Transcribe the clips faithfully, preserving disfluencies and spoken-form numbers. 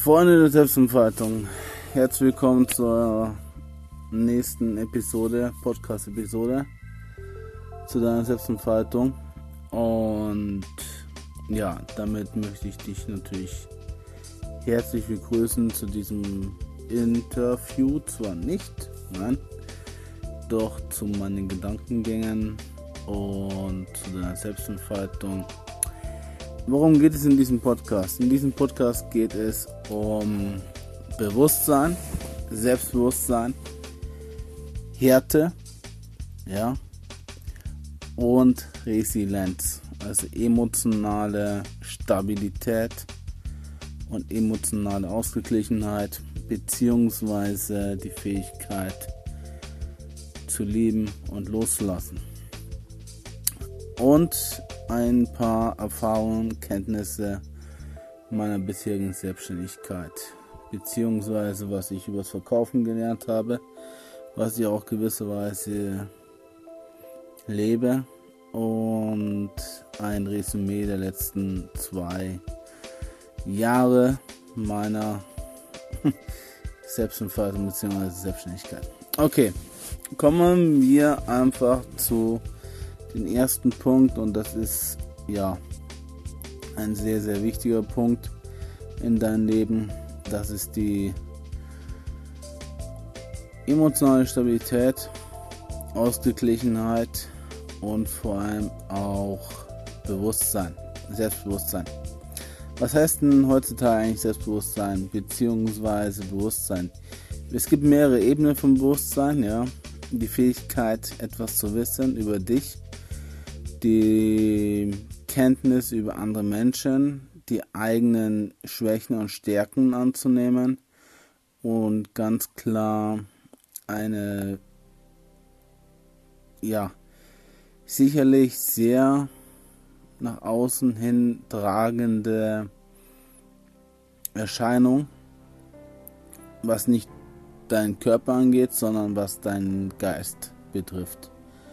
Freunde der Selbstentfaltung, herzlich willkommen zur nächsten Episode, Podcast-Episode zu deiner Selbstentfaltung. Und ja, damit möchte ich dich natürlich herzlich begrüßen zu diesem Interview, zwar nicht, nein, doch zu meinen Gedankengängen und zu deiner Selbstentfaltung. Worum geht es in diesem Podcast? In diesem Podcast geht es um Bewusstsein, Selbstbewusstsein, Härte, ja, und Resilienz, also emotionale Stabilität und emotionale Ausgeglichenheit, beziehungsweise die Fähigkeit zu lieben und loszulassen. Und ein paar Erfahrungen, Kenntnisse meiner bisherigen Selbstständigkeit, beziehungsweise was ich über das Verkaufen gelernt habe, was ich auch gewisserweise lebe, und ein Resümee der letzten zwei Jahre meiner Selbstentfaltung bzw. Selbstständigkeit. Okay, kommen wir einfach zu den ersten Punkt, und das ist ja ein sehr, sehr wichtiger Punkt in deinem Leben. Das ist die emotionale Stabilität, Ausgeglichenheit und vor allem auch Bewusstsein, Selbstbewusstsein. Was heißt denn heutzutage eigentlich Selbstbewusstsein bzw. Bewusstsein? Es gibt mehrere Ebenen von Bewusstsein, ja. Die Fähigkeit, etwas zu wissen über dich, die Kenntnis über andere Menschen, die eigenen Schwächen und Stärken anzunehmen und ganz klar eine, ja, sicherlich sehr nach außen hin tragende Erscheinung, was nicht deinen Körper angeht, sondern was deinen Geist betrifft.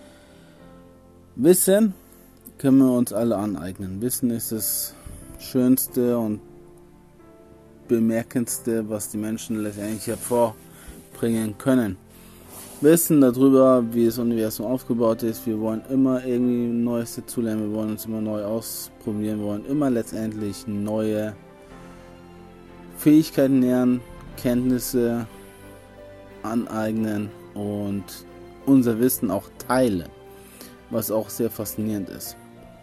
Wissen können wir uns alle aneignen. Wissen ist das Schönste und Bemerkendste, was die Menschen letztendlich hervorbringen können. Wissen darüber, wie das Universum aufgebaut ist. Wir wollen immer irgendwie Neues dazulernen. Wir wollen uns immer neu ausprobieren. Wir wollen immer letztendlich neue Fähigkeiten lernen, Kenntnisse aneignen und unser Wissen auch teilen, was auch sehr faszinierend ist.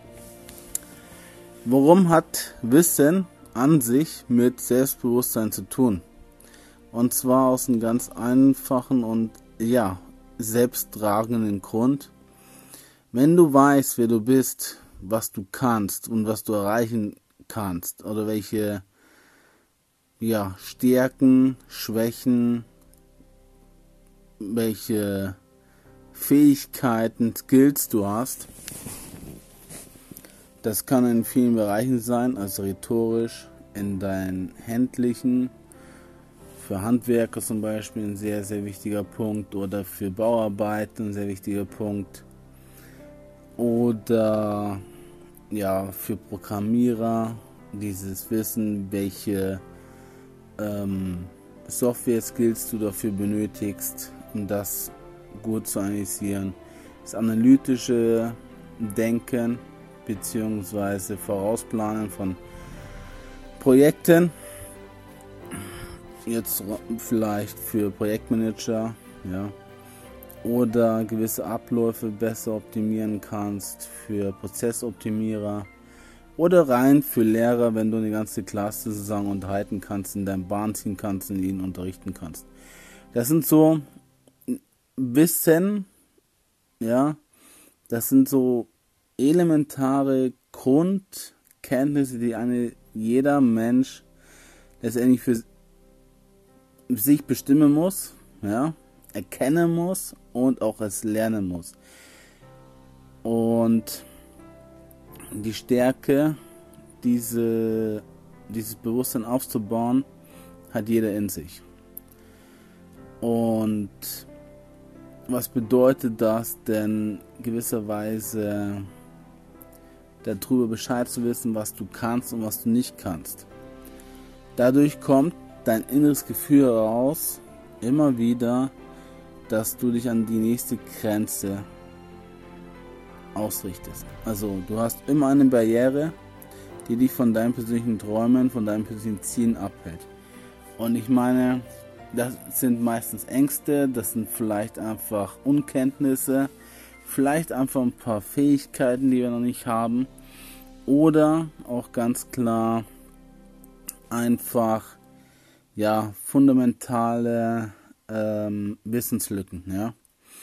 Worum hat Wissen an sich mit Selbstbewusstsein zu tun? Und zwar aus einem ganz einfachen und ja, selbsttragenden Grund. Wenn du weißt, wer du bist, was du kannst und was du erreichen kannst, oder welche ja, Stärken, Schwächen, welche Fähigkeiten, Skills du hast. Das kann in vielen Bereichen sein, also rhetorisch, in deinen händlichen, für Handwerker zum Beispiel ein sehr, sehr wichtiger Punkt, oder für Bauarbeit ein sehr wichtiger Punkt, oder ja, für Programmierer, dieses Wissen, welche ähm, Software-Skills du dafür benötigst, um das gut zu analysieren. Das analytische Denken bzw. Vorausplanen von Projekten, jetzt vielleicht für Projektmanager, ja, oder gewisse Abläufe besser optimieren kannst für Prozessoptimierer, oder rein für Lehrer, wenn du eine ganze Klasse sozusagen unterhalten kannst, in deinem Bahn ziehen kannst und ihnen unterrichten kannst. Das sind so Wissen, ja, das sind so elementare Grundkenntnisse, die eine, jeder Mensch letztendlich für sich bestimmen muss, ja, erkennen muss und auch es lernen muss. Und die Stärke, diese, dieses Bewusstsein aufzubauen, hat jeder in sich. Und was bedeutet das denn gewisserweise darüber Bescheid zu wissen, was du kannst und was du nicht kannst? Dadurch kommt dein inneres Gefühl heraus, immer wieder, dass du dich an die nächste Grenze ausrichtest. Also du hast immer eine Barriere, die dich von deinen persönlichen Träumen, von deinen persönlichen Zielen abhält. Und ich meine, das sind meistens Ängste, das sind vielleicht einfach Unkenntnisse, vielleicht einfach ein paar Fähigkeiten, die wir noch nicht haben, oder auch ganz klar einfach ja fundamentale ähm, Wissenslücken, ja.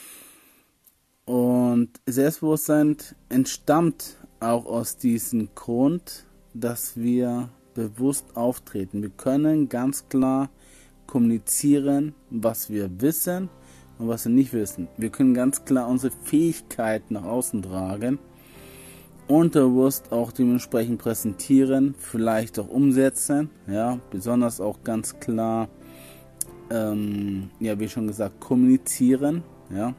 Und Selbstbewusstsein entstammt auch aus diesem Grund, dass wir bewusst auftreten. Wir können ganz klar kommunizieren, was wir wissen und was wir nicht wissen. Wir können ganz klar unsere Fähigkeiten nach außen tragen, unterbewusst auch dementsprechend präsentieren, vielleicht auch umsetzen, ja, besonders auch ganz klar, ähm, ja, wie schon gesagt, kommunizieren, ja.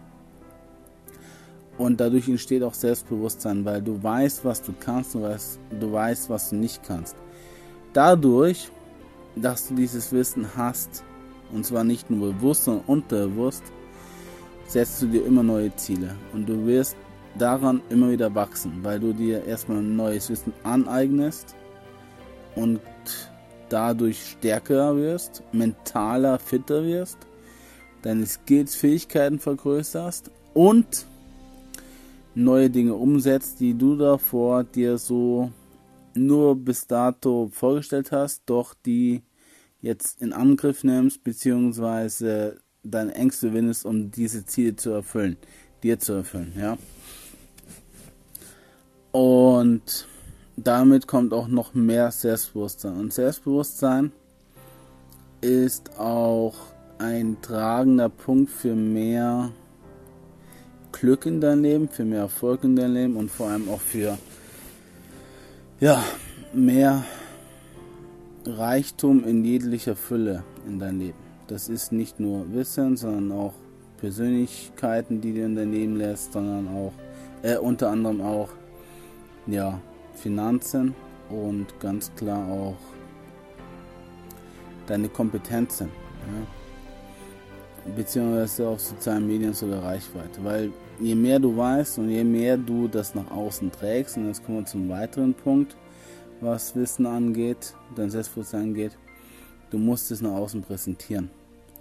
Und dadurch entsteht auch Selbstbewusstsein, weil du weißt, was du kannst und weißt, du weißt, was du nicht kannst. Dadurch, dass du dieses Wissen hast, und zwar nicht nur bewusst, sondern unterbewusst, setzt du dir immer neue Ziele. Und du wirst daran immer wieder wachsen, weil du dir erstmal ein neues Wissen aneignest und dadurch stärker wirst, mentaler, fitter wirst, deine Skills, Fähigkeiten vergrößerst und neue Dinge umsetzt, die du davor dir so nur bis dato vorgestellt hast, doch die jetzt in Angriff nimmst, beziehungsweise deine Ängste windest, um diese Ziele zu erfüllen, dir zu erfüllen, ja. Und damit kommt auch noch mehr Selbstbewusstsein. Und Selbstbewusstsein ist auch ein tragender Punkt für mehr Glück in dein Leben, für mehr Erfolg in dein Leben und vor allem auch für ja, mehr Reichtum in jeglicher Fülle in dein Leben. Das ist nicht nur Wissen, sondern auch Persönlichkeiten, die du in dein Leben lässt, sondern auch äh, unter anderem auch ja, Finanzen und ganz klar auch deine Kompetenzen. Ja. Beziehungsweise auf sozialen Medien sogar Reichweite, weil je mehr du weißt und je mehr du das nach außen trägst, und jetzt kommen wir zum weiteren Punkt, was Wissen angeht, dein Selbstbewusstsein angeht, du musst es nach außen präsentieren.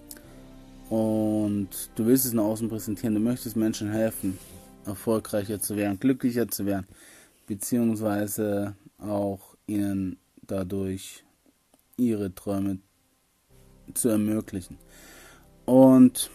Und du willst es nach außen präsentieren, du möchtest Menschen helfen, erfolgreicher zu werden, glücklicher zu werden, beziehungsweise auch ihnen dadurch ihre Träume zu ermöglichen. Und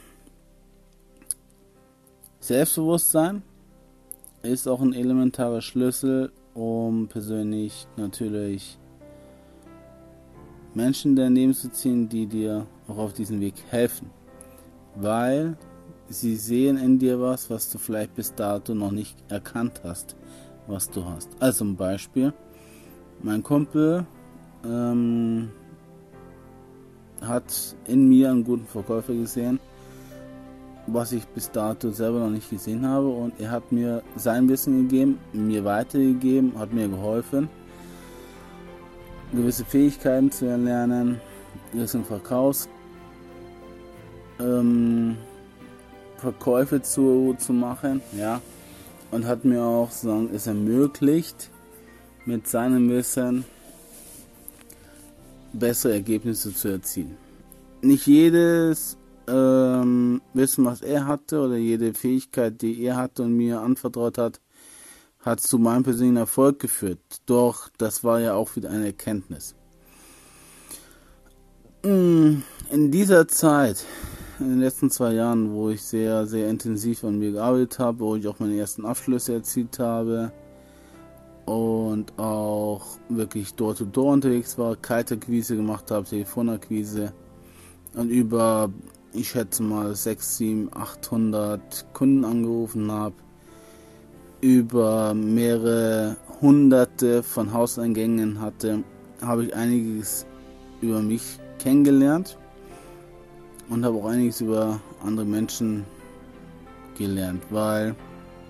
Selbstbewusstsein ist auch ein elementarer Schlüssel, um persönlich natürlich Menschen in dein Leben zu ziehen, die dir auch auf diesem Weg helfen. Weil sie sehen in dir was, was du vielleicht bis dato noch nicht erkannt hast, was du hast. Also zum Beispiel, mein Kumpel ähm, hat in mir einen guten Verkäufer gesehen, was ich bis dato selber noch nicht gesehen habe, und er hat mir sein Wissen gegeben, mir weitergegeben, hat mir geholfen, gewisse Fähigkeiten zu erlernen, gewissen Verkaufs ähm, Verkäufe zu, zu machen, ja, und hat mir auch sagen, es ermöglicht, mit seinem Wissen bessere Ergebnisse zu erzielen. Nicht jedes ähm, Wissen, was er hatte, oder jede Fähigkeit, die er hatte und mir anvertraut hat, hat zu meinem persönlichen Erfolg geführt. Doch das war ja auch wieder eine Erkenntnis. In dieser Zeit, in den letzten zwei Jahren, wo ich sehr, sehr intensiv an mir gearbeitet habe, wo ich auch meine ersten Abschlüsse erzielt habe und auch wirklich Door-to-Door unterwegs war, Kaltakquise gemacht habe, Telefonakquise und über, ich schätze mal, sechshundert, siebenhundert, achthundert Kunden angerufen habe, über mehrere hunderte von Hauseingängen hatte, habe ich einiges über mich kennengelernt und habe auch einiges über andere Menschen gelernt, weil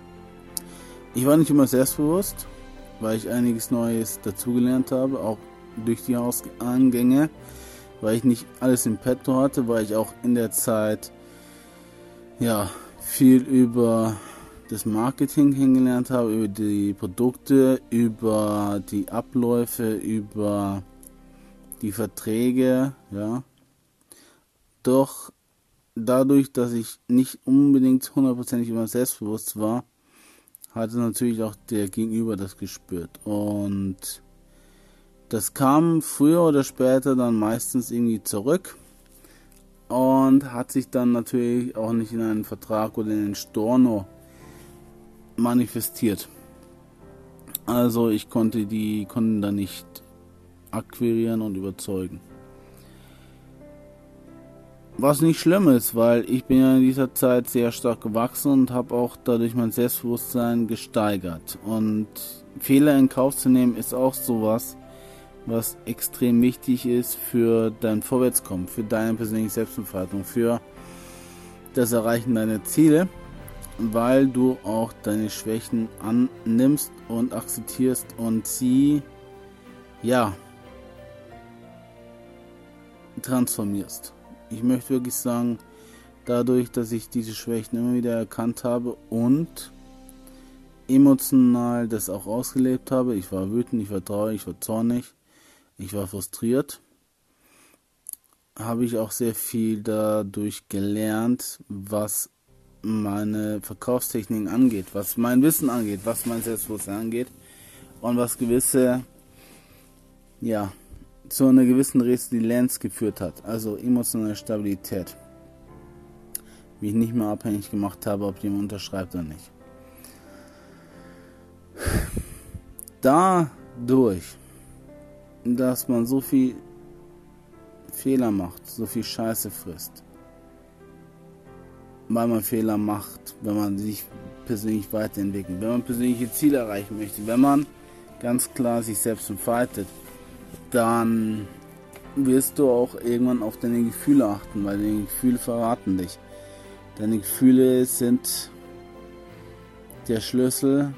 ich war nicht immer selbstbewusst, weil ich einiges Neues dazugelernt habe, auch durch die Hauseingänge, weil ich nicht alles im Petto hatte, weil ich auch in der Zeit ja viel über das Marketing kennengelernt habe, über die Produkte, über die Abläufe, über die Verträge, ja. Doch dadurch, dass ich nicht unbedingt hundertprozentig immer selbstbewusst war, hatte natürlich auch der Gegenüber das gespürt. Und das kam früher oder später dann meistens irgendwie zurück und hat sich dann natürlich auch nicht in einen Vertrag oder in den Storno manifestiert. Also ich konnte die Kunden dann nicht akquirieren und überzeugen. Was nicht schlimm ist, weil ich bin ja in dieser Zeit sehr stark gewachsen und habe auch dadurch mein Selbstbewusstsein gesteigert. Und Fehler in Kauf zu nehmen ist auch sowas, was extrem wichtig ist für dein Vorwärtskommen, für deine persönliche Selbstentfaltung, für das Erreichen deiner Ziele, weil du auch deine Schwächen annimmst und akzeptierst und sie, ja, transformierst. Ich möchte wirklich sagen, dadurch, dass ich diese Schwächen immer wieder erkannt habe und emotional das auch ausgelebt habe, ich war wütend, ich war traurig, ich war zornig, ich war frustriert, habe ich auch sehr viel dadurch gelernt, was meine Verkaufstechniken angeht, was mein Wissen angeht, was mein Selbstbewusstsein angeht und was gewisse, ja, zu einer gewissen Resilienz geführt hat, also emotionale Stabilität, wie ich nicht mehr abhängig gemacht habe, ob jemand unterschreibt oder nicht. Dadurch, dass man so viel Fehler macht, so viel Scheiße frisst, weil man Fehler macht, wenn man sich persönlich weiterentwickelt, wenn man persönliche Ziele erreichen möchte, wenn man ganz klar sich selbst entfaltet, dann wirst du auch irgendwann auf deine Gefühle achten, weil deine Gefühle verraten dich. Deine Gefühle sind der Schlüssel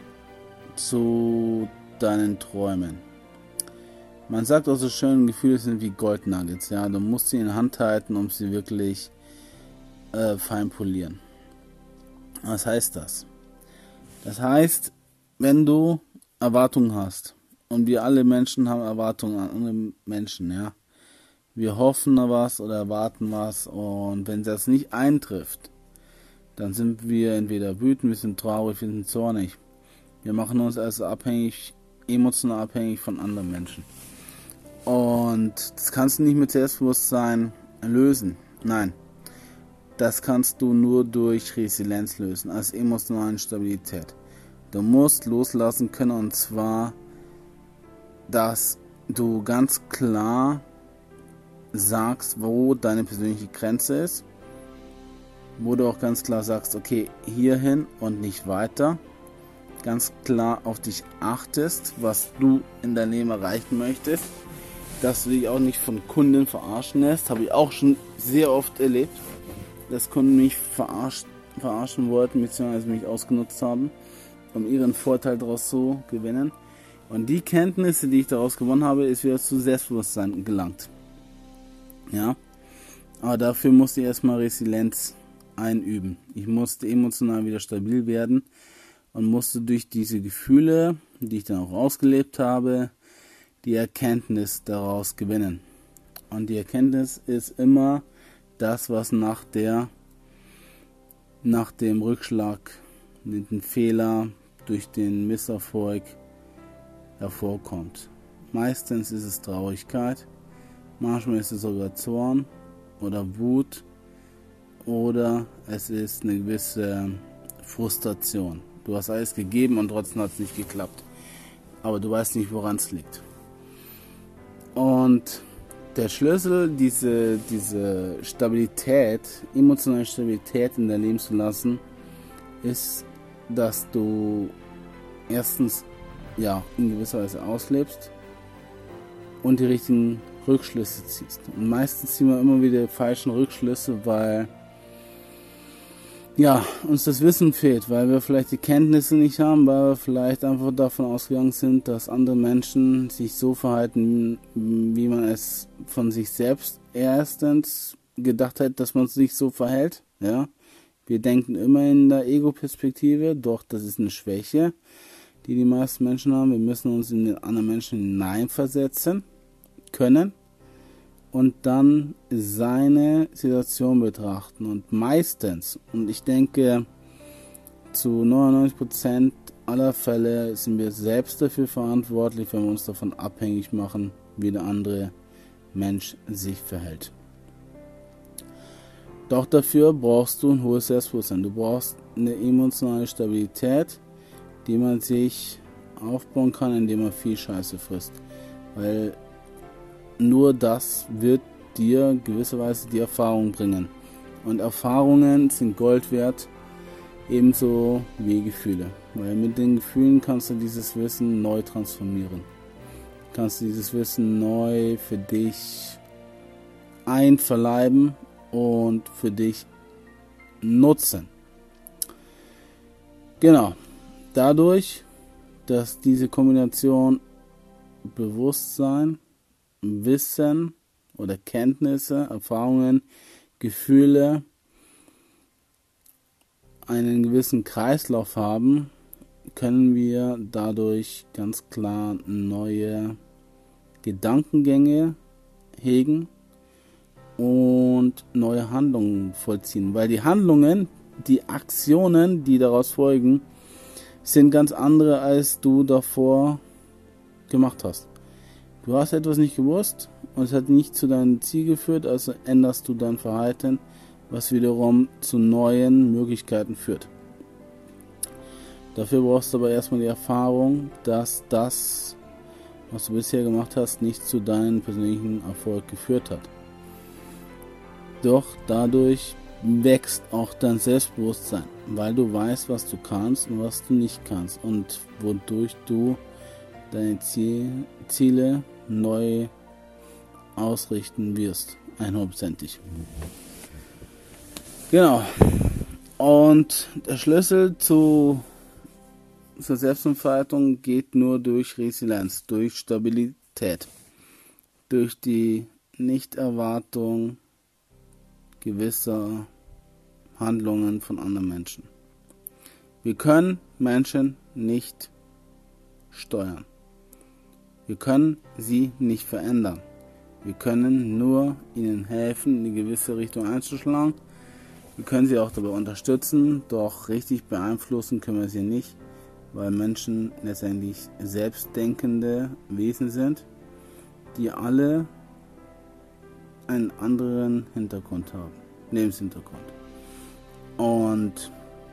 zu deinen Träumen. Man sagt auch so schön, Gefühle sind wie Goldnuggets. Ja, du musst sie in der Hand halten, um sie wirklich äh, fein polieren. Was heißt das? Das heißt, wenn du Erwartungen hast, und wir alle Menschen haben Erwartungen an andere Menschen, ja. Wir hoffen auf was oder erwarten was und wenn das nicht eintrifft, dann sind wir entweder wütend, wir sind traurig, wir sind zornig. Wir machen uns also abhängig, emotional abhängig von anderen Menschen. Und das kannst du nicht mit Selbstbewusstsein lösen. Nein, das kannst du nur durch Resilienz lösen, als emotionale Stabilität. Du musst loslassen können und zwar dass du ganz klar sagst, wo deine persönliche Grenze ist, wo du auch ganz klar sagst, okay, hierhin und nicht weiter, ganz klar auf dich achtest, was du in deinem Leben erreichen möchtest, dass du dich auch nicht von Kunden verarschen lässt, habe ich auch schon sehr oft erlebt, dass Kunden mich verarscht, verarschen wollten, beziehungsweise mich ausgenutzt haben, um ihren Vorteil daraus zu gewinnen. Und die Kenntnisse, die ich daraus gewonnen habe, ist wieder zu Selbstbewusstsein gelangt. Ja, aber dafür musste ich erstmal Resilienz einüben. Ich musste emotional wieder stabil werden und musste durch diese Gefühle, die ich dann auch ausgelebt habe, die Erkenntnis daraus gewinnen. Und die Erkenntnis ist immer das, was nach der, nach dem Rückschlag, mit dem Fehler, durch den Misserfolg hervorkommt. Meistens ist es Traurigkeit, manchmal ist es sogar Zorn oder Wut oder es ist eine gewisse Frustration. Du hast alles gegeben und trotzdem hat es nicht geklappt. Aber du weißt nicht, woran es liegt. Und der Schlüssel, diese, diese Stabilität, emotionale Stabilität in dein Leben zu lassen, ist, dass du erstens ja, in gewisser Weise auslebst und die richtigen Rückschlüsse ziehst. Und meistens ziehen wir immer wieder falschen Rückschlüsse, weil ja, uns das Wissen fehlt, weil wir vielleicht die Kenntnisse nicht haben, weil wir vielleicht einfach davon ausgegangen sind, dass andere Menschen sich so verhalten, wie man es von sich selbst erstens gedacht hat, dass man sich so verhält. Ja, wir denken immer in der Ego-Perspektive, doch das ist eine Schwäche, die die meisten Menschen haben. Wir müssen uns in den anderen Menschen hineinversetzen können und dann seine Situation betrachten. Und meistens, und ich denke zu neunundneunzig Prozent aller Fälle sind wir selbst dafür verantwortlich, wenn wir uns davon abhängig machen, wie der andere Mensch sich verhält. Doch dafür brauchst du ein hohes Selbstbewusstsein. Du brauchst eine emotionale Stabilität, die man sich aufbauen kann, indem man viel Scheiße frisst. Weil nur das wird dir gewisserweise die Erfahrung bringen. Und Erfahrungen sind Gold wert, ebenso wie Gefühle. Weil mit den Gefühlen kannst du dieses Wissen neu transformieren. Kannst du dieses Wissen neu für dich einverleiben und für dich nutzen. Genau. Dadurch, dass diese Kombination Bewusstsein, Wissen oder Kenntnisse, Erfahrungen, Gefühle einen gewissen Kreislauf haben, können wir dadurch ganz klar neue Gedankengänge hegen und neue Handlungen vollziehen. Weil die Handlungen, die Aktionen, die daraus folgen, sind ganz andere, als du davor gemacht hast. Du hast etwas nicht gewusst und es hat nicht zu deinem Ziel geführt, also änderst du dein Verhalten, was wiederum zu neuen Möglichkeiten führt. Dafür brauchst du aber erstmal die Erfahrung, dass das, was du bisher gemacht hast, nicht zu deinem persönlichen Erfolg geführt hat. Doch dadurch wächst auch dein Selbstbewusstsein, weil du weißt, was du kannst und was du nicht kannst und wodurch du deine Ziel, Ziele neu ausrichten wirst, hundertprozentig. Genau. Und der Schlüssel zu, zur Selbstentfaltung geht nur durch Resilienz, durch Stabilität, durch die Nichterwartung gewisser Handlungen von anderen Menschen. Wir können Menschen nicht steuern. Wir können sie nicht verändern. Wir können nur ihnen helfen, in eine gewisse Richtung einzuschlagen. Wir können sie auch dabei unterstützen, doch richtig beeinflussen können wir sie nicht, weil Menschen letztendlich selbstdenkende Wesen sind, die alle einen anderen Hintergrund haben, Lebenshintergrund. Und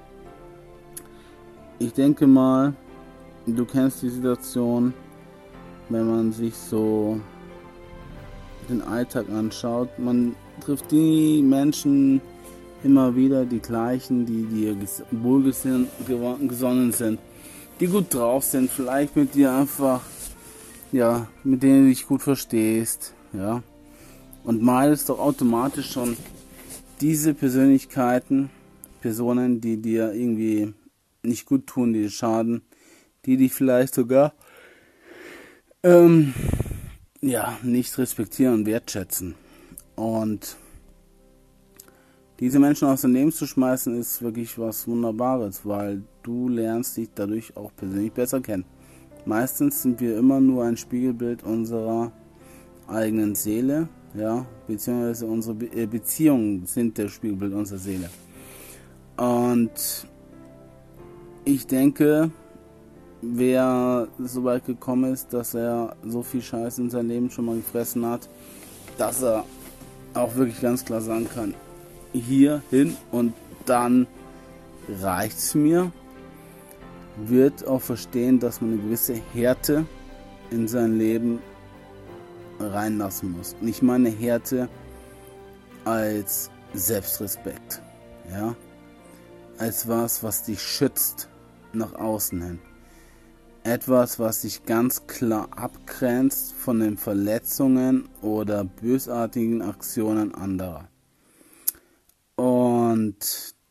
ich denke mal, du kennst die Situation, wenn man sich so den Alltag anschaut. Man trifft die Menschen immer wieder, die gleichen, die dir wohlgesonnen sind, die gut drauf sind, vielleicht mit dir einfach, ja, mit denen du dich gut verstehst, ja. Und meidest doch automatisch schon diese Persönlichkeiten, Personen, die dir irgendwie nicht gut tun, die dir schaden, die dich vielleicht sogar ähm, ja, nicht respektieren und wertschätzen. Und diese Menschen aus dem Leben zu schmeißen, ist wirklich was Wunderbares, weil du lernst dich dadurch auch persönlich besser kennen. Meistens sind wir immer nur ein Spiegelbild unserer eigenen Seele, ja, beziehungsweise unsere Be- Beziehungen sind das Spiegelbild unserer Seele. Und ich denke, wer so weit gekommen ist, dass er so viel Scheiße in seinem Leben schon mal gefressen hat, dass er auch wirklich ganz klar sagen kann, hier hin und dann reicht's mir, wird auch verstehen, dass man eine gewisse Härte in sein Leben reinlassen muss. Und ich meine Härte als Selbstrespekt, ja, als was, was dich schützt nach außen hin. Etwas, was dich ganz klar abgrenzt von den Verletzungen oder bösartigen Aktionen anderer. Und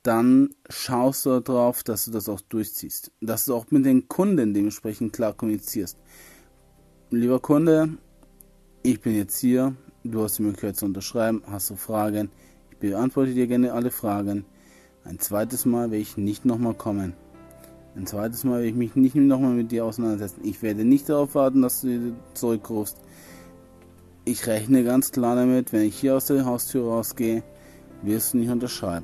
dann schaust du darauf, dass du das auch durchziehst. Dass du auch mit den Kunden dementsprechend klar kommunizierst. Lieber Kunde, ich bin jetzt hier, du hast die Möglichkeit zu unterschreiben, hast du Fragen, ich beantworte dir gerne alle Fragen. Ein zweites Mal werde ich nicht nochmal kommen. Ein zweites Mal werde ich mich nicht nochmal mit dir auseinandersetzen. Ich werde nicht darauf warten, dass du zurückrufst. Ich rechne ganz klar damit, wenn ich hier aus der Haustür rausgehe, wirst du nicht unterschreiben.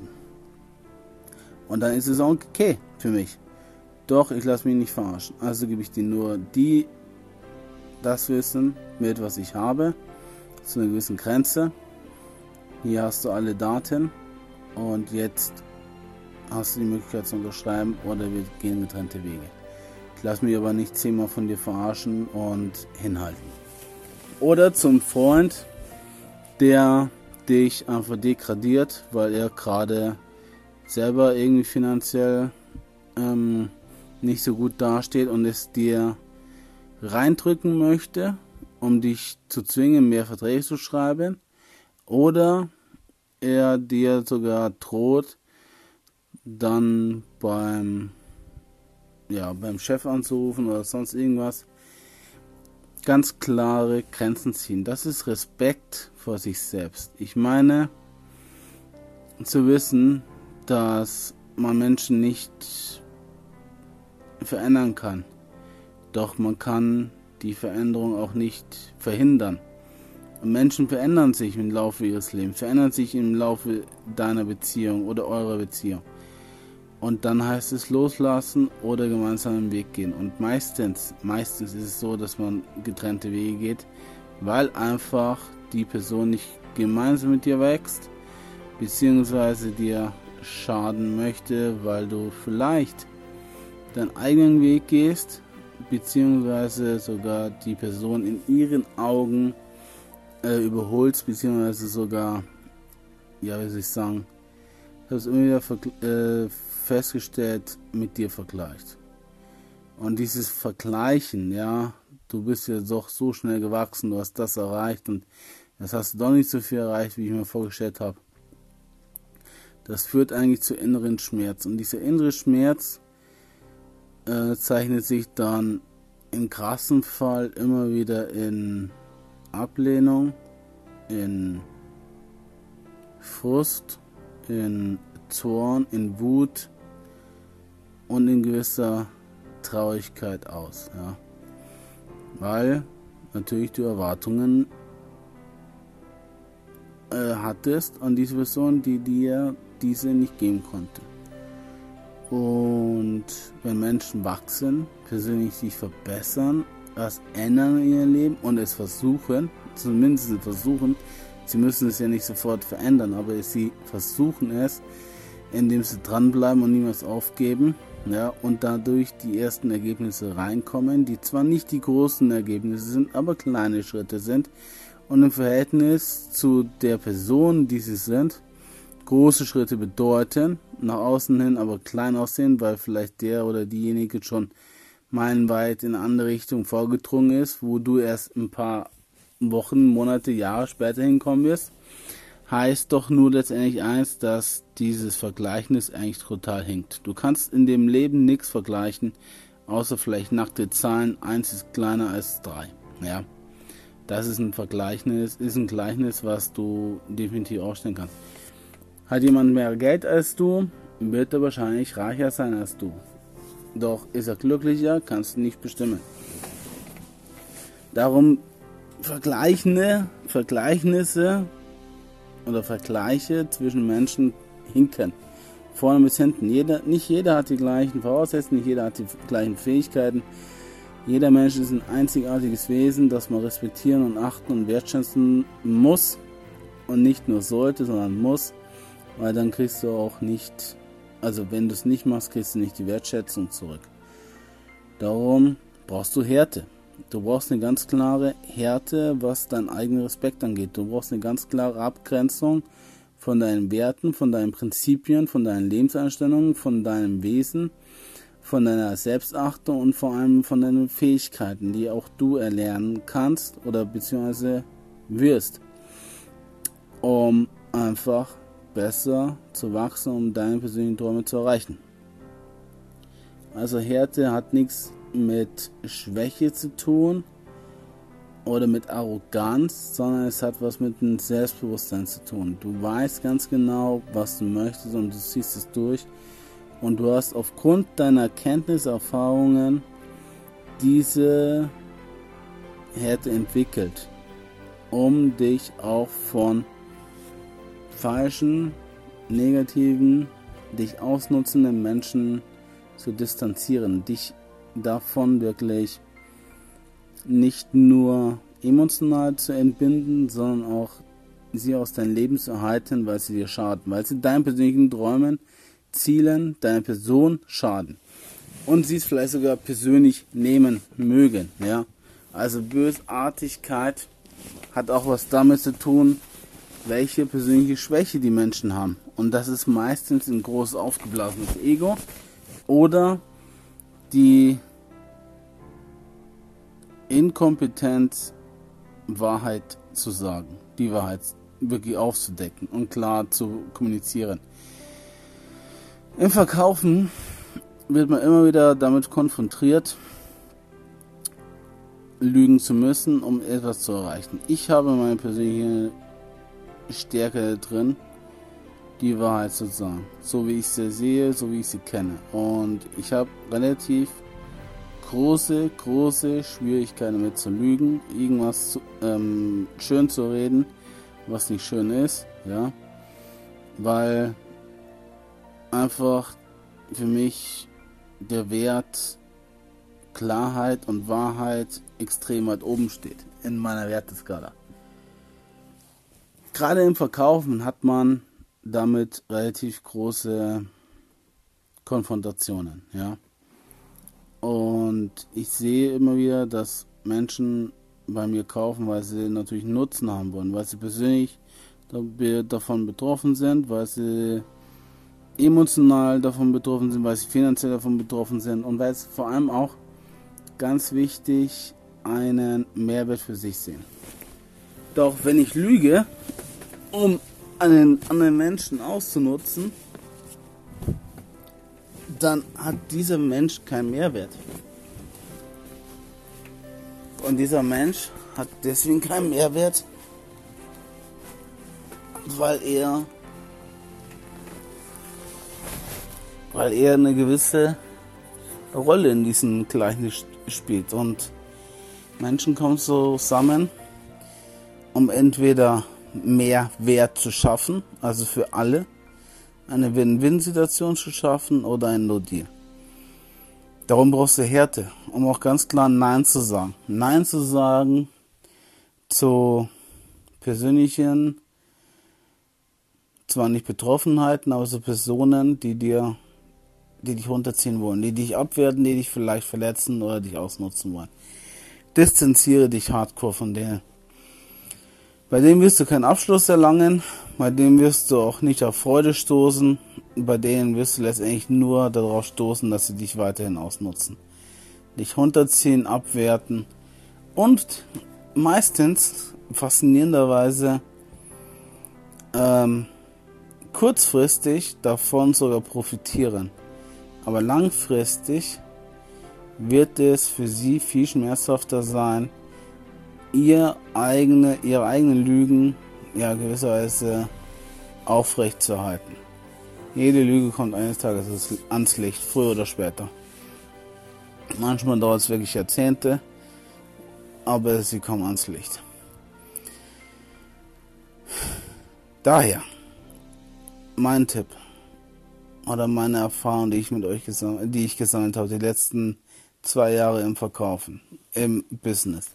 Und dann ist es auch okay für mich. Doch, ich lasse mich nicht verarschen. Also gebe ich dir nur die, das Wissen mit, was ich habe, zu einer gewissen Grenze. Hier hast du alle Daten und jetzt hast du die Möglichkeit zu unterschreiben oder wir gehen getrennte Wege. Ich lasse mich aber nicht zehnmal von dir verarschen und hinhalten. Oder zum Freund, der dich einfach degradiert, weil er gerade selber irgendwie finanziell ähm, nicht so gut dasteht und es dir reindrücken möchte, um dich zu zwingen, mehr Verträge zu schreiben. Oder er dir sogar droht, dann beim, ja, beim Chef anzurufen oder sonst irgendwas. Ganz klare Grenzen ziehen. Das ist Respekt vor sich selbst. Ich meine, zu wissen, dass man Menschen nicht verändern kann. Doch man kann die Veränderung auch nicht verhindern. Und Menschen verändern sich im Laufe ihres Lebens, verändern sich im Laufe deiner Beziehung oder eurer Beziehung. Und dann heißt es loslassen oder gemeinsam den Weg gehen. Und meistens, meistens ist es so, dass man getrennte Wege geht, weil einfach die Person nicht gemeinsam mit dir wächst, beziehungsweise dir schaden möchte, weil du vielleicht deinen eigenen Weg gehst, beziehungsweise sogar die Person in ihren Augen äh, überholst, beziehungsweise sogar, ja, wie soll ich sagen, ich habe es immer wieder vergl- äh, festgestellt, mit dir vergleicht. Und dieses Vergleichen, ja, du bist ja doch so schnell gewachsen, du hast das erreicht und das hast du doch nicht so viel erreicht, wie ich mir vorgestellt habe. Das führt eigentlich zu inneren Schmerz. Und dieser innere Schmerz äh, zeichnet sich dann im krassen Fall immer wieder in Ablehnung, in Frust, in Zorn, in Wut und in gewisser Traurigkeit aus. Ja. Weil natürlich du Erwartungen äh, hattest an diese Person, die dir diese nicht geben konnte. Und wenn Menschen wachsen, persönlich sich verbessern, was ändern in ihrem Leben und es versuchen, zumindest versuchen, sie müssen es ja nicht sofort verändern, aber sie versuchen es, indem sie dranbleiben und niemals aufgeben, ja, und dadurch die ersten Ergebnisse reinkommen, die zwar nicht die großen Ergebnisse sind, aber kleine Schritte sind und im Verhältnis zu der Person, die sie sind, große Schritte bedeuten, nach außen hin aber klein aussehen, weil vielleicht der oder diejenige schon meilenweit in eine andere Richtung vorgedrungen ist, wo du erst ein paar Wochen, Monate, Jahre später hinkommen wirst, heißt doch nur letztendlich eins, dass dieses Vergleichnis eigentlich total hinkt. Du kannst in dem Leben nichts vergleichen, außer vielleicht nackte Zahlen, eins ist kleiner als drei. Ja, das ist ein Vergleichnis, ist ein Gleichnis, was du definitiv aufstellen kannst. Hat jemand mehr Geld als du, wird er wahrscheinlich reicher sein als du. Doch ist er glücklicher, kannst du nicht bestimmen. Darum Vergleichende, Vergleichnisse oder Vergleiche zwischen Menschen hinken. Vorne bis hinten. Jeder, nicht jeder hat die gleichen Voraussetzungen, nicht jeder hat die gleichen Fähigkeiten. Jeder Mensch ist ein einzigartiges Wesen, das man respektieren und achten und wertschätzen muss. Und nicht nur sollte, sondern muss. Weil dann kriegst du auch nicht, also wenn du es nicht machst, kriegst du nicht die Wertschätzung zurück. Darum brauchst du Härte. Du brauchst eine ganz klare Härte, was deinen eigenen Respekt angeht. Du brauchst eine ganz klare Abgrenzung von deinen Werten, von deinen Prinzipien, von deinen Lebenseinstellungen, von deinem Wesen, von deiner Selbstachtung und vor allem von deinen Fähigkeiten, die auch du erlernen kannst oder beziehungsweise wirst, um einfach besser zu wachsen, um deine persönlichen Träume zu erreichen. Also Härte hat nichts mit Schwäche zu tun oder mit Arroganz, sondern es hat was mit dem Selbstbewusstsein zu tun. Du weißt ganz genau, was du möchtest und du ziehst es durch und du hast aufgrund deiner Kenntnisse, Erfahrungen diese Härte entwickelt, um dich auch von falschen, negativen, dich ausnutzenden Menschen zu distanzieren, dich davon wirklich nicht nur emotional zu entbinden, sondern auch sie aus deinem Leben zu erhalten, weil sie dir schaden, weil sie deinen persönlichen Träumen, Zielen, deiner Person schaden und sie es vielleicht sogar persönlich nehmen mögen, ja. Also Bösartigkeit hat auch was damit zu tun, welche persönliche Schwäche die Menschen haben. Und das ist meistens ein groß aufgeblasenes Ego oder die Inkompetenz, Wahrheit zu sagen, die Wahrheit wirklich aufzudecken und klar zu kommunizieren. Im Verkaufen wird man immer wieder damit konfrontiert, lügen zu müssen, um etwas zu erreichen. Ich habe meine persönliche Stärke drin, die Wahrheit zu sagen, so wie ich sie sehe, so wie ich sie kenne. Und ich habe relativ große, große Schwierigkeiten damit zu lügen, irgendwas zu, ähm, schön zu reden, was nicht schön ist, ja, weil einfach für mich der Wert Klarheit und Wahrheit extrem weit oben steht in meiner Werteskala. Gerade im Verkaufen hat man damit relativ große Konfrontationen, ja. Und ich sehe immer wieder, dass Menschen bei mir kaufen, weil sie natürlich Nutzen haben wollen, weil sie persönlich davon betroffen sind, weil sie emotional davon betroffen sind, weil sie finanziell davon betroffen sind und weil sie vor allem auch, ganz wichtig, einen Mehrwert für sich sehen. Doch wenn ich lüge, um einen anderen Menschen auszunutzen, dann hat dieser Mensch keinen Mehrwert. Und dieser Mensch hat deswegen keinen Mehrwert, weil er weil er eine gewisse Rolle in diesem Gleichnis spielt. Und Menschen kommen so zusammen, um entweder mehr Wert zu schaffen, also für alle, eine Win-Win-Situation zu schaffen oder ein No-Deal. Darum brauchst du Härte, um auch ganz klar Nein zu sagen. Nein zu sagen zu persönlichen, zwar nicht Betroffenheiten, aber so Personen, die dir, die dich runterziehen wollen, die dich abwerten, die dich vielleicht verletzen oder dich ausnutzen wollen. Distanziere dich hardcore von denen. Bei denen wirst du keinen Abschluss erlangen, bei denen wirst du auch nicht auf Freude stoßen, bei denen wirst du letztendlich nur darauf stoßen, dass sie dich weiterhin ausnutzen. Dich runterziehen, abwerten und meistens, faszinierenderweise, ähm, kurzfristig davon sogar profitieren. Aber langfristig wird es für sie viel schmerzhafter sein, ihr eigene, ihre eigenen Lügen ja gewisserweise aufrecht zu erhalten. Jede Lüge kommt eines Tages ans Licht, früher oder später. Manchmal dauert es wirklich Jahrzehnte, aber sie kommen ans Licht. Daher mein Tipp oder meine Erfahrung, die ich mit euch gesammelt, die ich gesammelt habe, die letzten zwei Jahre im Verkaufen, im Business.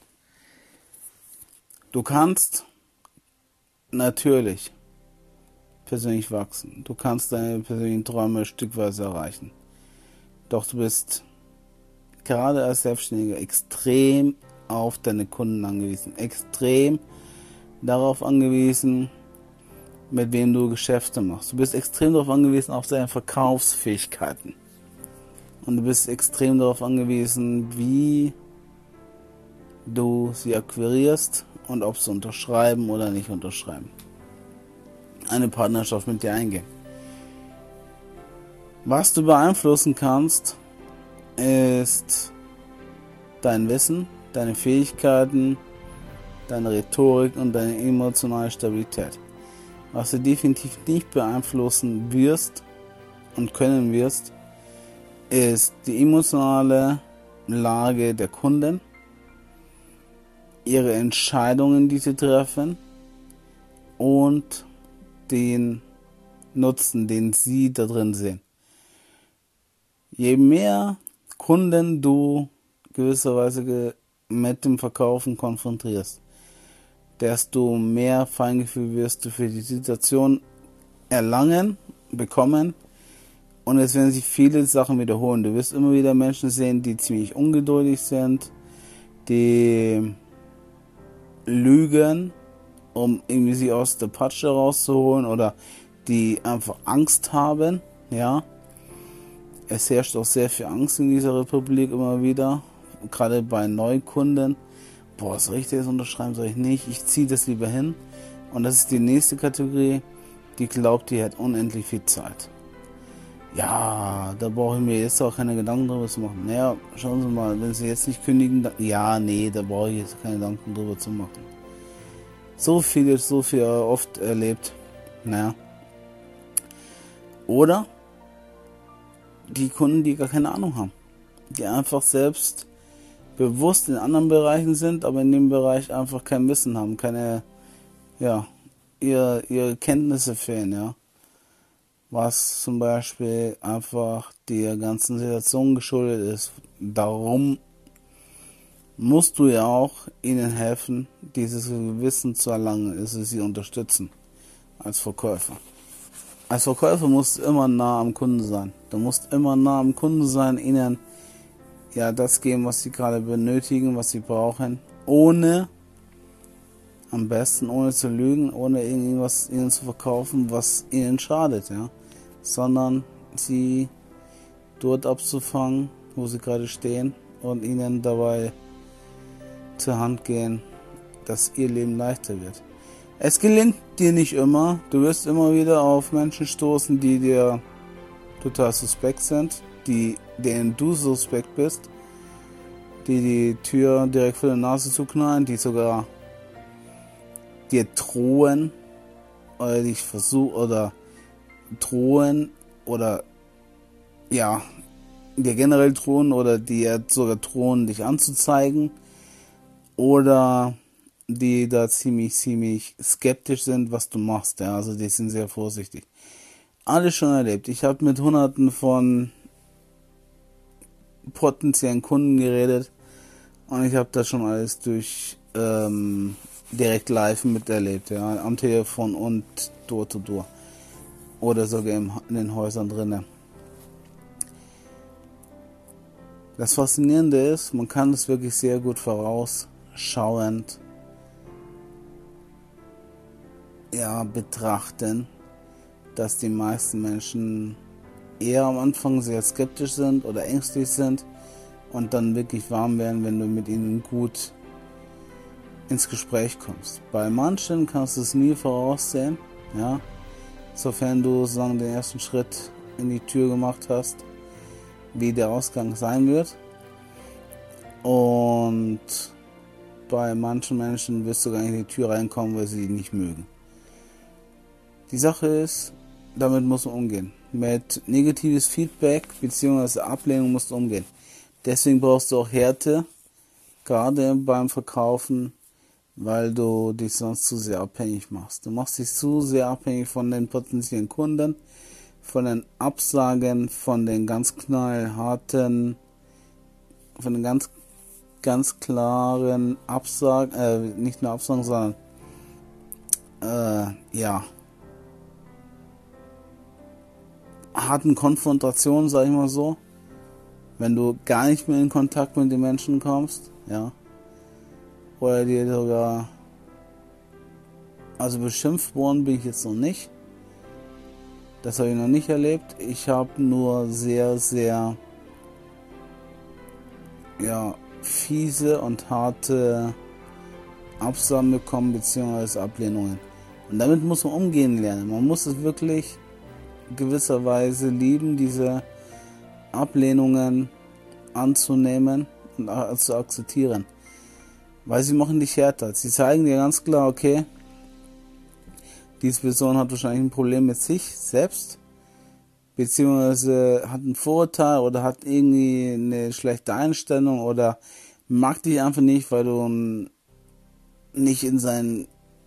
Du kannst natürlich persönlich wachsen. Du kannst deine persönlichen Träume stückweise erreichen. Doch du bist gerade als Selbstständiger extrem auf deine Kunden angewiesen. Extrem darauf angewiesen, mit wem du Geschäfte machst. Du bist extrem darauf angewiesen, auf deine Verkaufsfähigkeiten. Und du bist extrem darauf angewiesen, wie du sie akquirierst und ob sie unterschreiben oder nicht unterschreiben. eine Partnerschaft mit dir eingehen. Was du beeinflussen kannst, ist dein Wissen, deine Fähigkeiten, deine Rhetorik und deine emotionale Stabilität. Was du definitiv nicht beeinflussen wirst und können wirst, ist die emotionale Lage der Kunden, ihre Entscheidungen, die sie treffen und den Nutzen, den sie da drin sehen. Je mehr Kunden du gewisserweise mit dem Verkaufen konfrontierst, desto mehr Feingefühl wirst du für die Situation erlangen, bekommen, und es werden sich viele Sachen wiederholen. Du wirst immer wieder Menschen sehen, die ziemlich ungeduldig sind, die lügen, um irgendwie sie aus der Patsche rauszuholen, oder die einfach Angst haben, ja. Es herrscht auch sehr viel Angst in dieser Republik immer wieder, gerade bei Neukunden. Boah, soll ich das unterschreiben, soll ich nicht? Ich ziehe das lieber hin. Und das ist die nächste Kategorie, die glaubt, die hat unendlich viel Zeit. Ja, da brauche ich mir jetzt auch keine Gedanken drüber zu machen. Naja, schauen Sie mal, wenn Sie jetzt nicht kündigen, dann, ja, nee, da brauche ich jetzt keine Gedanken drüber zu machen. So viel, so viel oft erlebt. Naja. Oder die Kunden, die gar keine Ahnung haben. Die einfach selbst bewusst in anderen Bereichen sind, aber in dem Bereich einfach kein Wissen haben, keine, ja, ihre, ihre Kenntnisse fehlen, ja. Was zum Beispiel einfach der ganzen Situation geschuldet ist. Darum musst du ja auch ihnen helfen, dieses Wissen zu erlangen, also sie unterstützen als Verkäufer. Als Verkäufer musst du immer nah am Kunden sein. Du musst immer nah am Kunden sein, ihnen ja das geben, was sie gerade benötigen, was sie brauchen, ohne, am besten ohne zu lügen, ohne irgendwas ihnen zu verkaufen, was ihnen schadet, ja, sondern sie dort abzufangen, wo sie gerade stehen, und ihnen dabei zur Hand gehen, dass ihr Leben leichter wird. Es gelingt dir nicht immer. Du wirst immer wieder auf Menschen stoßen, die dir total suspekt sind, die, denen du suspekt bist, die die Tür direkt vor der Nase zuknallen, die sogar dir drohen oder dich versuchen oder drohen oder ja, dir generell drohen oder dir sogar drohen, dich anzuzeigen, oder die da ziemlich, ziemlich skeptisch sind, was du machst. Ja, also die sind sehr vorsichtig. Alles schon erlebt. Ich habe mit hunderten von potenziellen Kunden geredet und ich habe das schon alles durch ähm, direkt live miterlebt, ja, am Telefon und door to door oder sogar in den Häusern drinnen. Das Faszinierende ist, man kann es wirklich sehr gut vorausschauend ja, betrachten, dass die meisten Menschen eher am Anfang sehr skeptisch sind oder ängstlich sind und dann wirklich warm werden, wenn du mit ihnen gut ins Gespräch kommst. Bei manchen kannst du es nie voraussehen, ja, sofern du sozusagen den ersten Schritt in die Tür gemacht hast, wie der Ausgang sein wird. Und bei manchen Menschen wirst du gar nicht in die Tür reinkommen, weil sie die nicht mögen. Die Sache ist, damit musst du umgehen. Mit negatives Feedback bzw. Ablehnung musst du umgehen. Deswegen brauchst du auch Härte, gerade beim Verkaufen, weil du dich sonst zu sehr abhängig machst. Du machst dich zu sehr abhängig von den potenziellen Kunden, von den Absagen, von den ganz knallharten, von den ganz, ganz klaren Absagen, äh, nicht nur Absagen, sondern, äh, ja, harten Konfrontationen, sag ich mal so, wenn du gar nicht mehr in Kontakt mit den Menschen kommst, ja, oder dir sogar, also beschimpft worden bin ich jetzt noch nicht, das habe ich noch nicht erlebt, ich habe nur sehr, sehr, ja, fiese und harte Absagen bekommen, beziehungsweise Ablehnungen. Und damit muss man umgehen lernen. Man muss es wirklich gewisserweise lieben, diese Ablehnungen anzunehmen und zu akzeptieren. Weil sie machen dich härter. Sie zeigen dir ganz klar, okay, diese Person hat wahrscheinlich ein Problem mit sich selbst, beziehungsweise hat ein Vorurteil oder hat irgendwie eine schlechte Einstellung oder mag dich einfach nicht, weil du nicht in sein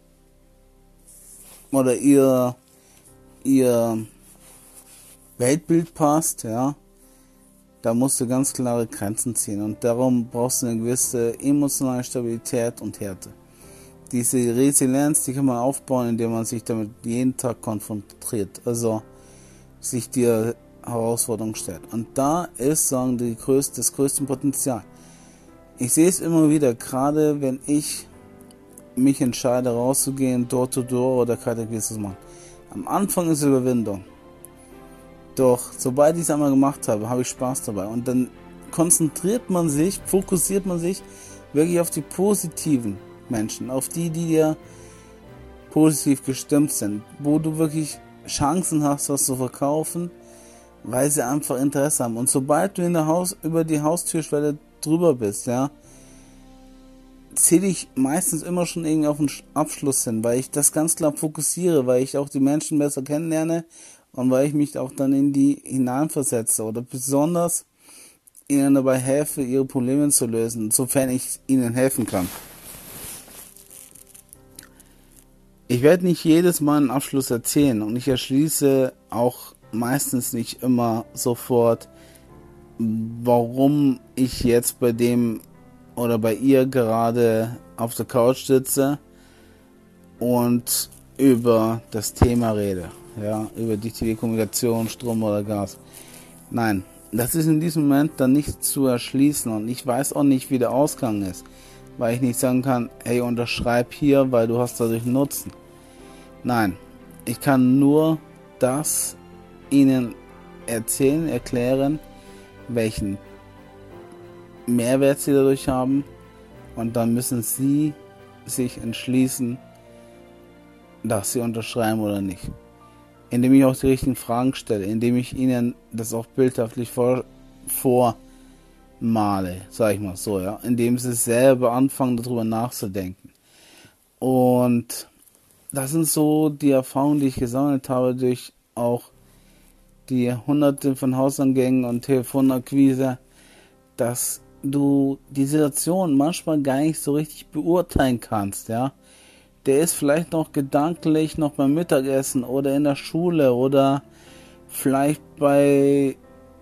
oder ihr ihr Weltbild passt, ja. Da musst du ganz klare Grenzen ziehen und darum brauchst du eine gewisse emotionale Stabilität und Härte. Diese Resilienz, die kann man aufbauen, indem man sich damit jeden Tag konfrontiert, also sich dir Herausforderungen stellt. Und da ist, sagen die größte, das größte Potenzial. Ich sehe es immer wieder, gerade wenn ich mich entscheide, rauszugehen, Door to Door oder Kaltakquise zu machen. Am Anfang ist Überwindung. Doch sobald ich es einmal gemacht habe, habe ich Spaß dabei. Und dann konzentriert man sich, fokussiert man sich wirklich auf die positiven Menschen, auf die, die dir positiv gestimmt sind, wo du wirklich Chancen hast, was zu verkaufen, weil sie einfach Interesse haben. Und sobald du in der Haus, über die Haustürschwelle drüber bist, ja, zähle ich meistens immer schon irgendwie auf den Abschluss hin, weil ich das ganz klar fokussiere, weil ich auch die Menschen besser kennenlerne und weil ich mich auch dann in die hineinversetze oder besonders ihnen dabei helfe, ihre Probleme zu lösen, sofern ich ihnen helfen kann. Ich werde nicht jedes Mal einen Abschluss erzählen und ich erschließe auch meistens nicht immer sofort, warum ich jetzt bei dem oder bei ihr gerade auf der Couch sitze und über das Thema rede, ja, über die Telekommunikation, Strom oder Gas. Nein, das ist in diesem Moment dann nicht zu erschließen und ich weiß auch nicht, wie der Ausgang ist, weil ich nicht sagen kann, hey, unterschreib hier, weil du hast dadurch Nutzen. Nein, ich kann nur das ihnen erzählen, erklären, welchen Mehrwert sie dadurch haben und dann müssen sie sich entschließen, dass sie unterschreiben oder nicht. Indem ich auch die richtigen Fragen stelle, indem ich ihnen das auch bildhaftlich vor, vormale, sag ich mal so, ja, indem sie selber anfangen, darüber nachzudenken. Und das sind so die Erfahrungen, die ich gesammelt habe durch auch die hunderte von Hausangängen und Telefonakquise, dass du die Situation manchmal gar nicht so richtig beurteilen kannst, ja. Der ist vielleicht noch gedanklich noch beim Mittagessen oder in der Schule oder vielleicht bei,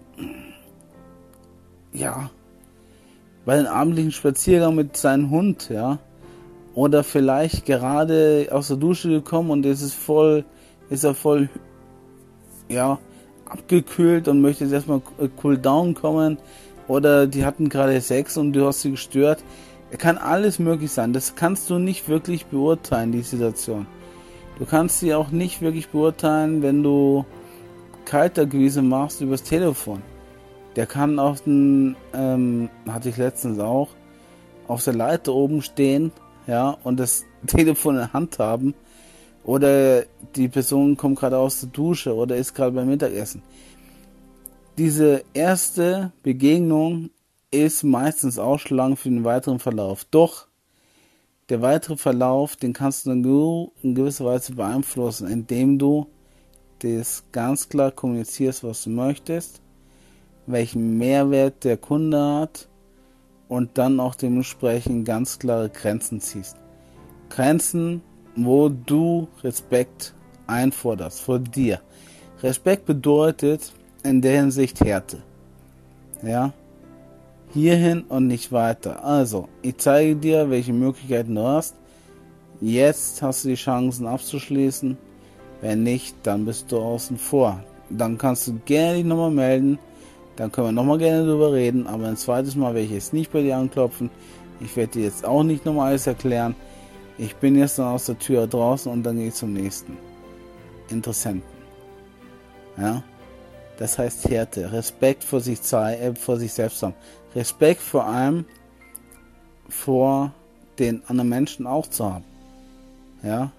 ja, bei einem abendlichen Spaziergang mit seinem Hund, ja. Oder vielleicht gerade aus der Dusche gekommen und es ist voll, ist er voll, ja, abgekühlt und möchte jetzt erstmal cool down kommen. Oder die hatten gerade Sex und du hast sie gestört. Kann alles möglich sein. Das kannst du nicht wirklich beurteilen, die Situation. Du kannst sie auch nicht wirklich beurteilen, wenn du Kaltakquise machst übers Telefon. Der kann auf den, ähm, hatte ich letztens auch, auf der Leiter oben stehen, ja, und das Telefon in der Hand haben. Oder die Person kommt gerade aus der Dusche oder ist gerade beim Mittagessen. Diese erste Begegnung ist meistens ausschlaggebend für den weiteren Verlauf. Doch der weitere Verlauf, den kannst du in gewisser Weise beeinflussen, indem du das ganz klar kommunizierst, was du möchtest, welchen Mehrwert der Kunde hat und dann auch dementsprechend ganz klare Grenzen ziehst. Grenzen, wo du Respekt einforderst vor dir. Respekt bedeutet in der Hinsicht Härte. Ja? Hierhin und nicht weiter. Also, ich zeige dir, welche Möglichkeiten du hast. Jetzt hast du die Chancen abzuschließen. Wenn nicht, dann bist du außen vor. Dann kannst du gerne dich nochmal melden. Dann können wir nochmal gerne drüber reden. Aber ein zweites Mal werde ich jetzt nicht bei dir anklopfen. Ich werde dir jetzt auch nicht nochmal alles erklären. Ich bin jetzt dann aus der Tür draußen und dann gehe ich zum nächsten Interessenten. Ja? Das heißt Härte, Respekt vor sich, äh, vor sich selbst haben. Respekt vor allem vor den anderen Menschen auch zu haben. Ja?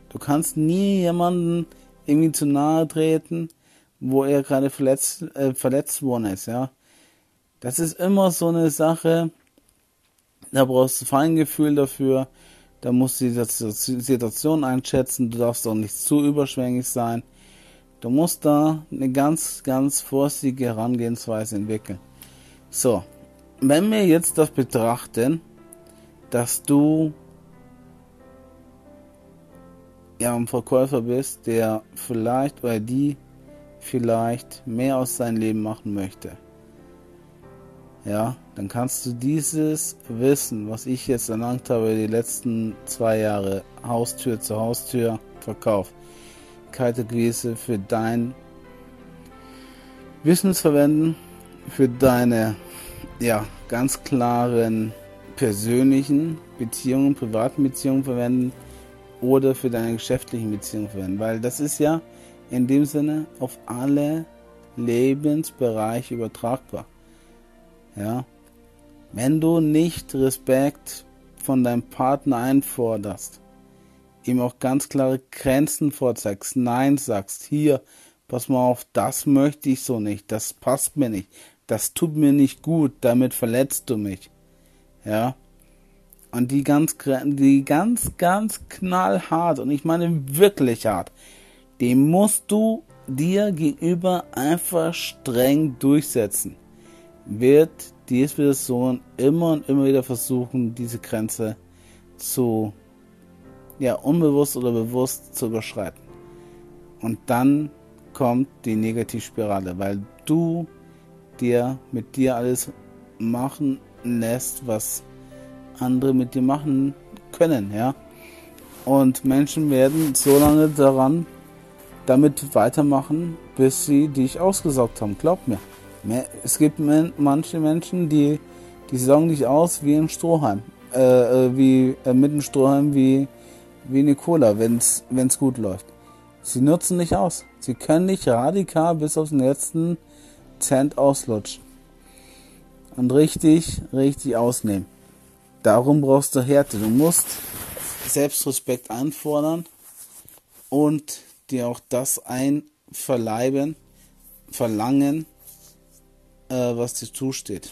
Du kannst nie jemanden irgendwie zu nahe treten, wo er gerade verletzt, äh, verletzt worden ist, ja. Das ist immer so eine Sache, da brauchst du Feingefühl dafür, da musst du die Situation einschätzen, du darfst auch nicht zu überschwänglich sein. Du musst da eine ganz, ganz vorsichtige Herangehensweise entwickeln. So, wenn wir jetzt das betrachten, dass du ja ein Verkäufer bist, der vielleicht oder die vielleicht mehr aus seinem Leben machen möchte, ja, dann kannst du dieses Wissen, was ich jetzt erlangt habe, die letzten zwei Jahre, Haustür zu Haustür, Verkauf, kalte Akquise, für dein Wissen verwenden, für deine, ja, ganz klaren persönlichen Beziehungen, privaten Beziehungen verwenden oder für deine geschäftlichen Beziehungen verwenden, weil das ist ja in dem Sinne auf alle Lebensbereiche übertragbar. Ja, wenn du nicht Respekt von deinem Partner einforderst, ihm auch ganz klare Grenzen vorzeigst, Nein sagst, hier, pass mal auf, das möchte ich so nicht, das passt mir nicht, das tut mir nicht gut, damit verletzt du mich. Ja, und die ganz, die ganz, ganz knallhart, und ich meine wirklich hart, die musst du dir gegenüber einfach streng durchsetzen. Wird die Person immer und immer wieder versuchen, diese Grenze zu, ja, unbewusst oder bewusst zu überschreiten. Und dann kommt die Negativspirale, weil du dir mit dir alles machen lässt, was andere mit dir machen können, ja. Und Menschen werden so lange daran damit weitermachen, bis sie dich ausgesaugt haben. Glaub mir. Es gibt manche Menschen, die, die saugen dich aus wie ein Strohhalm. Äh, wie, äh, mit einem Strohhalm wie, wie eine Cola, wenn es gut läuft. Sie nutzen dich aus. Sie können dich radikal bis auf den letzten Cent auslutschen. Und richtig, richtig ausnehmen. Darum brauchst du Härte. Du musst Selbstrespekt einfordern und dir auch das einverleiben, verlangen, äh, was dir zusteht.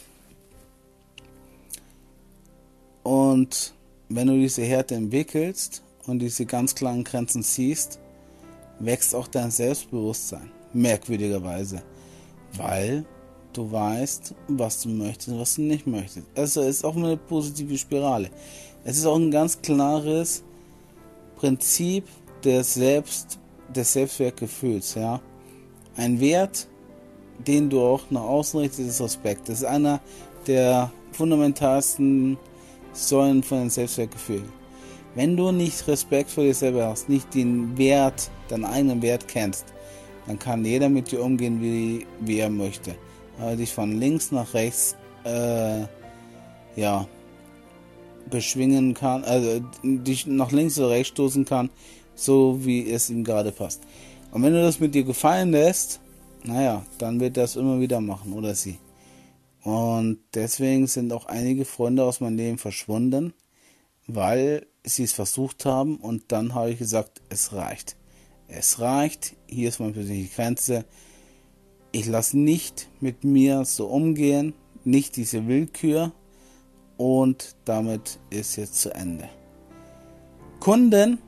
Und wenn du diese Härte entwickelst und diese ganz klaren Grenzen siehst, wächst auch dein Selbstbewusstsein, merkwürdigerweise, weil du weißt, was du möchtest und was du nicht möchtest. Also es ist auch eine positive Spirale. Es ist auch ein ganz klares Prinzip des Selbst, des Selbstwertgefühls, ja. Ein Wert, den du auch nach außen richtest, ist Respekt. Das ist einer der fundamentalsten Säulen von dem Selbstwertgefühl. Wenn du nicht Respekt vor dir selber hast, nicht den Wert, deinen eigenen Wert kennst, dann kann jeder mit dir umgehen, wie, wie er möchte. Aber dich von links nach rechts äh, ja, beschwingen kann, also dich nach links oder rechts stoßen kann, so wie es ihm gerade passt. Und wenn du das mit dir gefallen lässt, naja, dann wird er das immer wieder machen, oder sie. Und deswegen sind auch einige Freunde aus meinem Leben verschwunden, weil sie es versucht haben, und dann habe ich gesagt, es reicht. Es reicht, hier ist meine persönliche Grenze. Ich lasse nicht mit mir so umgehen, nicht diese Willkür, und damit ist jetzt zu Ende. Kunden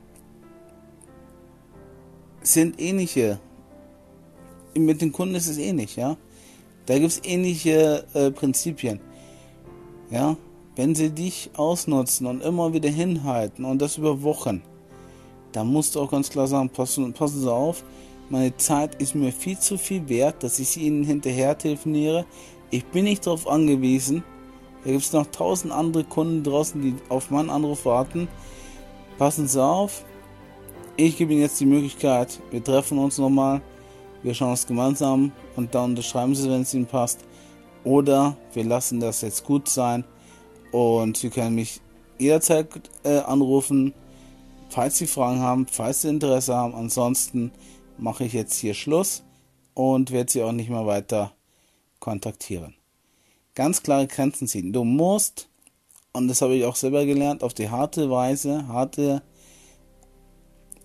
sind ähnliche. Mit den Kunden ist es ähnlich, ja. Da gibt es ähnliche äh, Prinzipien. Ja, wenn sie dich ausnutzen und immer wieder hinhalten und das über Wochen, dann musst du auch ganz klar sagen, passen, passen Sie auf, meine Zeit ist mir viel zu viel wert, dass ich Ihnen hinterher telefoniere. Ich bin nicht darauf angewiesen. Da gibt es noch tausend andere Kunden draußen, die auf meinen Anruf warten. Passen Sie auf. Ich gebe Ihnen jetzt die Möglichkeit, wir treffen uns nochmal, wir schauen uns gemeinsam und dann unterschreiben Sie, wenn es Ihnen passt. Oder wir lassen das jetzt gut sein und Sie können mich jederzeit äh, anrufen, falls Sie Fragen haben, falls Sie Interesse haben. Ansonsten mache ich jetzt hier Schluss und werde Sie auch nicht mehr weiter kontaktieren. Ganz klare Grenzen ziehen. Du musst, und das habe ich auch selber gelernt, auf die harte Weise, harte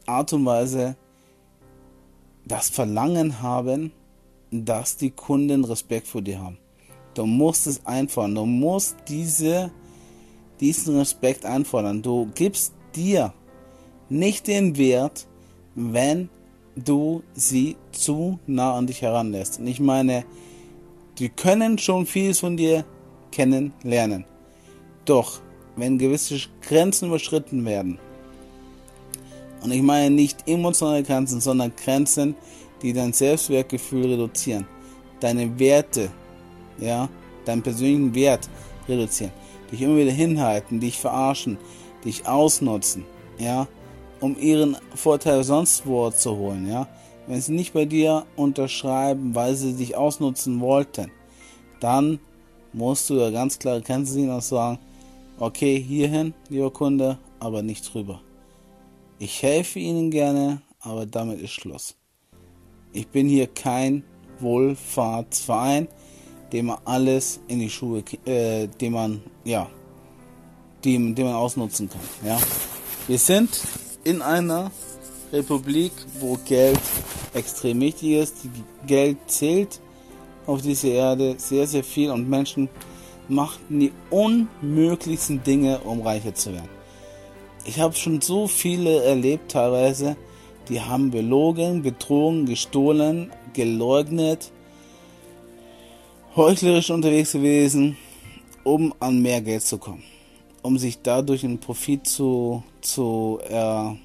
Art und Weise das Verlangen haben, dass die Kunden Respekt vor dir haben. Du musst es einfordern. Du musst diese, diesen Respekt einfordern. Du gibst dir nicht den Wert, wenn du sie zu nah an dich heranlässt. Und ich meine, die können schon vieles von dir kennenlernen. Doch, wenn gewisse Grenzen überschritten werden, und ich meine nicht emotionale Grenzen, sondern Grenzen, die dein Selbstwertgefühl reduzieren, deine Werte, ja, deinen persönlichen Wert reduzieren, dich immer wieder hinhalten, dich verarschen, dich ausnutzen, ja, um ihren Vorteil sonst wo zu holen, ja. Wenn sie nicht bei dir unterschreiben, weil sie dich ausnutzen wollten, dann musst du da ganz klare Grenzen ziehen und sagen, okay, hierhin, lieber Kunde, aber nicht drüber. Ich helfe Ihnen gerne, aber damit ist Schluss. Ich bin hier kein Wohlfahrtsverein, dem man alles in die Schuhe, äh, dem man, ja, dem, dem man ausnutzen kann, ja. Wir sind in einer Republik, wo Geld extrem wichtig ist. Geld zählt auf dieser Erde sehr, sehr viel und Menschen machen die unmöglichsten Dinge, um reicher zu werden. Ich habe schon so viele erlebt teilweise, die haben belogen, betrogen, gestohlen, geleugnet, heuchlerisch unterwegs gewesen, um an mehr Geld zu kommen. Um sich dadurch einen Profit zu, zu er,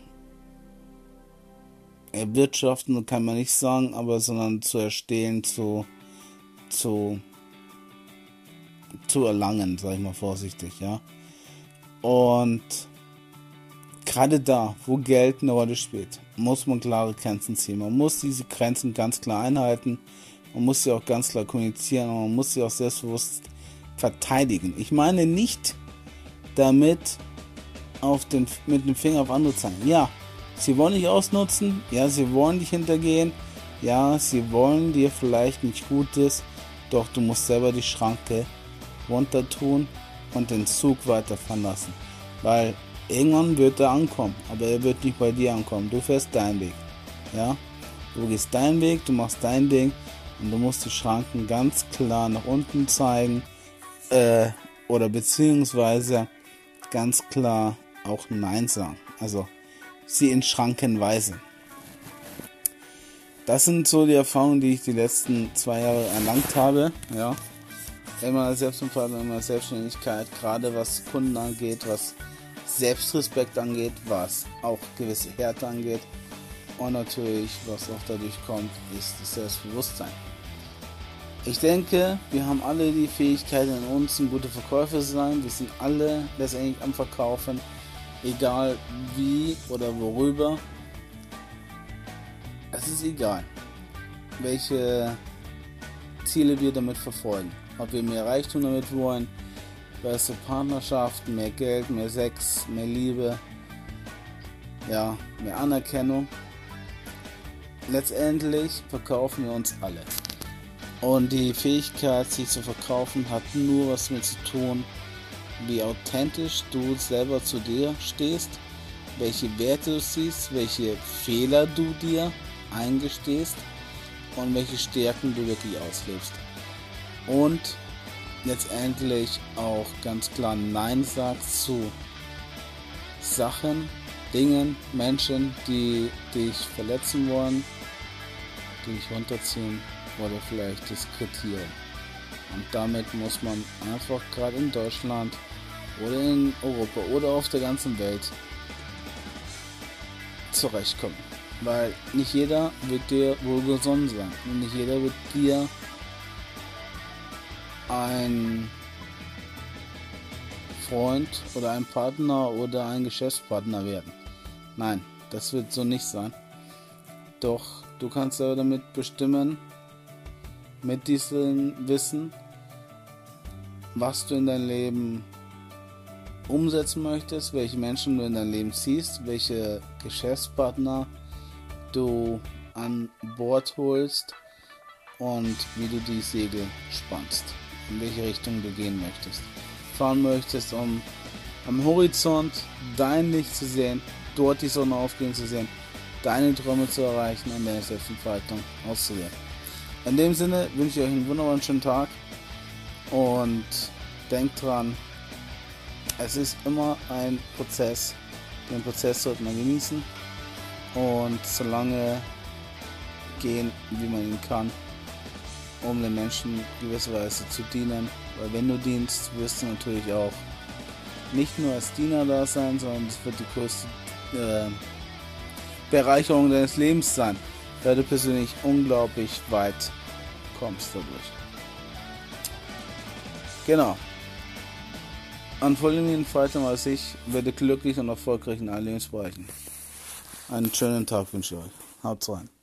erwirtschaften, kann man nicht sagen, aber sondern zu erstehen, zu, zu, zu erlangen, sage ich mal vorsichtig, ja. Und gerade da, wo Geld eine Rolle spielt, muss man klare Grenzen ziehen. Man muss diese Grenzen ganz klar einhalten. Man muss sie auch ganz klar kommunizieren und man muss sie auch selbstbewusst verteidigen. Ich meine nicht damit auf den, mit dem Finger auf andere zeigen. Ja, sie wollen dich ausnutzen. Ja, sie wollen dich hintergehen. Ja, sie wollen dir vielleicht nichts Gutes. Doch du musst selber die Schranke runter tun und den Zug weiterfahren lassen. Weil irgendwann wird er ankommen, aber er wird nicht bei dir ankommen. Du fährst deinen Weg. Ja? Du gehst deinen Weg, du machst dein Ding und du musst die Schranken ganz klar nach unten zeigen äh, oder beziehungsweise ganz klar auch Nein sagen. Also sie in Schranken weisen. Das sind so die Erfahrungen, die ich die letzten zwei Jahre erlangt habe. Ja? In meiner Selbstentfaltung, in meiner Selbstständigkeit, gerade was Kunden angeht, was Selbstrespekt angeht, was auch gewisse Härte angeht und natürlich, was auch dadurch kommt, ist das Selbstbewusstsein. Ich denke, wir haben alle die Fähigkeit in uns, ein guter Verkäufer zu sein. Wir sind alle letztendlich am Verkaufen, egal wie oder worüber. Es ist egal, welche Ziele wir damit verfolgen. Ob wir mehr Reichtum damit wollen, bessere Partnerschaften, mehr Geld, mehr Sex, mehr Liebe, ja, mehr Anerkennung. Letztendlich verkaufen wir uns alle. Und die Fähigkeit, sich zu verkaufen, hat nur was damit zu tun, wie authentisch du selber zu dir stehst, welche Werte du siehst, welche Fehler du dir eingestehst und welche Stärken du wirklich auslebst. Und letztendlich auch ganz klar Nein sagst zu Sachen, Dingen, Menschen, die dich verletzen wollen, die dich runterziehen oder vielleicht diskreditieren. Und damit muss man einfach gerade in Deutschland oder in Europa oder auf der ganzen Welt zurechtkommen. Weil nicht jeder wird dir wohlgesonnen sein und nicht jeder wird dir ein Freund oder ein Partner oder ein Geschäftspartner werden. Nein, das wird so nicht sein. Doch du kannst selber damit bestimmen, mit diesem Wissen, was du in dein Leben umsetzen möchtest, welche Menschen du in dein Leben ziehst, welche Geschäftspartner du an Bord holst und wie du die Segel spannst, in welche Richtung du gehen möchtest. Fahren möchtest, um am Horizont dein Licht zu sehen, dort die Sonne aufgehen zu sehen, deine Träume zu erreichen und deine Selbstentfaltung auszuleben. In dem Sinne wünsche ich euch einen wunderbaren schönen Tag und denkt dran, es ist immer ein Prozess. Den Prozess sollte man genießen und so lange gehen, wie man ihn kann, um den Menschen gewisserweise zu dienen. Weil wenn du dienst, wirst du natürlich auch nicht nur als Diener da sein, sondern es wird die größte äh, Bereicherung deines Lebens sein, weil du persönlich unglaublich weit kommst dadurch. Genau. An vollen Entfaltung als ich werde glücklich und erfolgreich in allen Lebensbereichen. Einen schönen Tag wünsche ich euch. Haut's rein.